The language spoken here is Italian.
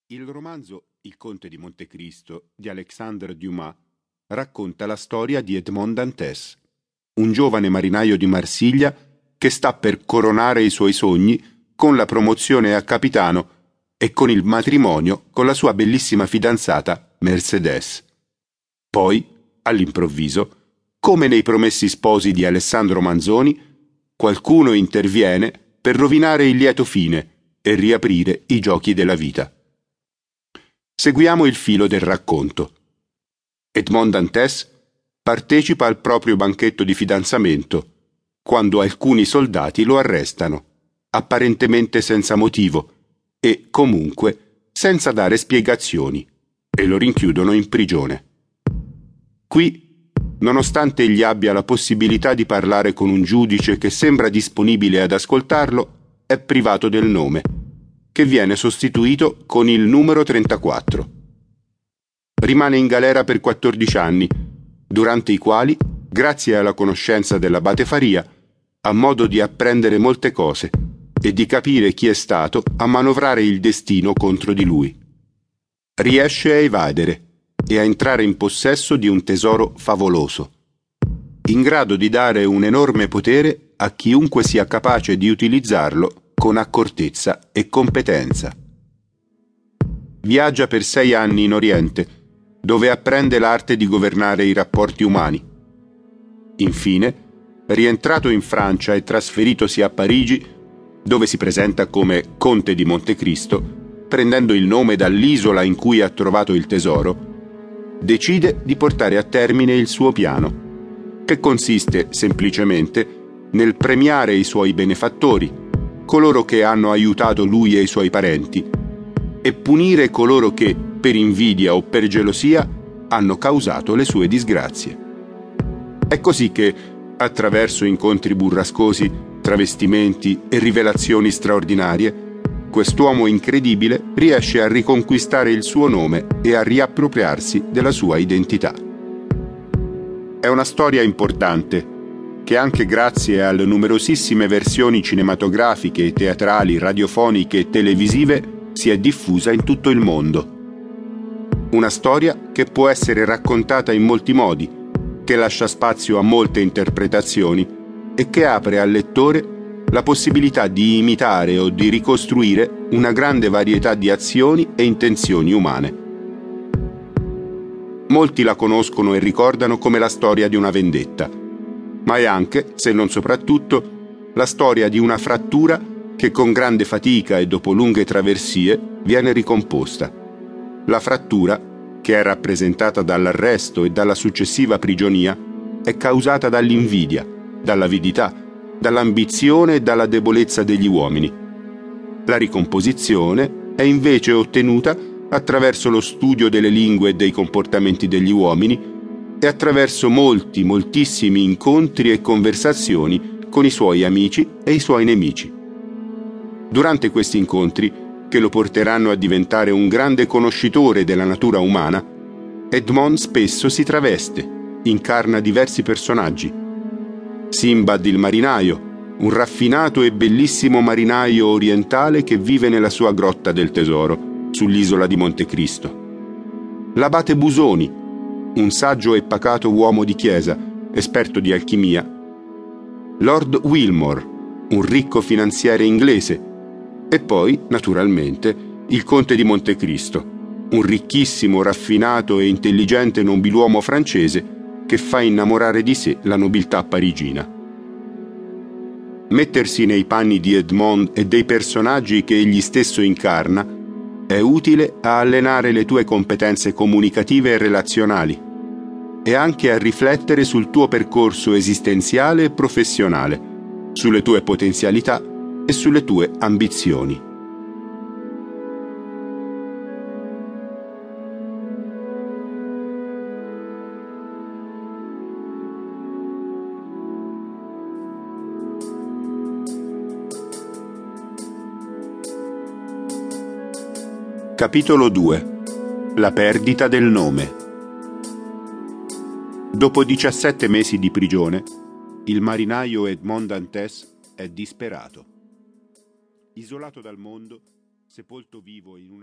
Il romanzo Il conte di Montecristo di Alexandre Dumas racconta la storia di Edmond Dantès, un giovane marinaio di Marsiglia che sta per coronare i suoi sogni con la promozione a capitano e con il matrimonio con la sua bellissima fidanzata Mercedes. Poi, all'improvviso, come nei Promessi sposi di Alessandro Manzoni, qualcuno interviene per rovinare il lieto fine e riaprire i giochi della vita. Seguiamo il filo del racconto. Edmond Dantès partecipa al proprio banchetto di fidanzamento quando alcuni soldati lo arrestano, apparentemente senza motivo e, comunque, senza dare spiegazioni, e lo rinchiudono in prigione. Qui, nonostante egli abbia la possibilità di parlare con un giudice che sembra disponibile ad ascoltarlo, è privato del nome, che viene sostituito con il numero 34. Rimane in galera per 14 anni, durante i quali, grazie alla conoscenza dell'abate Faria, ha modo di apprendere molte cose e di capire chi è stato a manovrare il destino contro di lui. Riesce a evadere e a entrare in possesso di un tesoro favoloso, in grado di dare un enorme potere a chiunque sia capace di utilizzarlo con accortezza e competenza. Viaggia per 6 anni in Oriente, dove apprende l'arte di governare i rapporti umani. Infine, rientrato in Francia e trasferitosi a Parigi, dove si presenta come Conte di Montecristo, prendendo il nome dall'isola in cui ha trovato il tesoro, decide di portare a termine il suo piano, che consiste semplicemente nel premiare i suoi benefattori, coloro che hanno aiutato lui e i suoi parenti, e punire coloro che, per invidia o per gelosia, hanno causato le sue disgrazie. È così che, attraverso incontri burrascosi, travestimenti e rivelazioni straordinarie, quest'uomo incredibile riesce a riconquistare il suo nome e a riappropriarsi della sua identità. È una storia importante, che anche grazie alle numerosissime versioni cinematografiche, teatrali, radiofoniche e televisive si è diffusa in tutto il mondo. Una storia che può essere raccontata in molti modi, che lascia spazio a molte interpretazioni e che apre al lettore la possibilità di imitare o di ricostruire una grande varietà di azioni e intenzioni umane. Molti la conoscono e ricordano come la storia di una vendetta, ma è anche, se non soprattutto, la storia di una frattura che con grande fatica e dopo lunghe traversie viene ricomposta. La frattura, che è rappresentata dall'arresto e dalla successiva prigionia, è causata dall'invidia, dall'avidità, dall'ambizione e dalla debolezza degli uomini. La ricomposizione è invece ottenuta attraverso lo studio delle lingue e dei comportamenti degli uomini e attraverso moltissimi incontri e conversazioni con i suoi amici e i suoi nemici. Durante questi incontri, che lo porteranno a diventare un grande conoscitore della natura umana, Edmond spesso si traveste, incarna diversi personaggi. Simbad il marinaio, un raffinato e bellissimo marinaio orientale che vive nella sua grotta del tesoro, sull'isola di Montecristo. L'abate Busoni, un saggio e pacato uomo di chiesa, esperto di alchimia. Lord Wilmore, un ricco finanziere inglese. E poi, naturalmente, il conte di Montecristo, un ricchissimo, raffinato e intelligente nobiluomo francese che fa innamorare di sé la nobiltà parigina. Mettersi nei panni di Edmond e dei personaggi che egli stesso incarna è utile a allenare le tue competenze comunicative e relazionali e anche a riflettere sul tuo percorso esistenziale e professionale, sulle tue potenzialità e sulle tue ambizioni. Capitolo 2. La perdita del nome. Dopo 17 mesi di prigione, il marinaio Edmond Dantès è disperato. Isolato dal mondo, sepolto vivo in una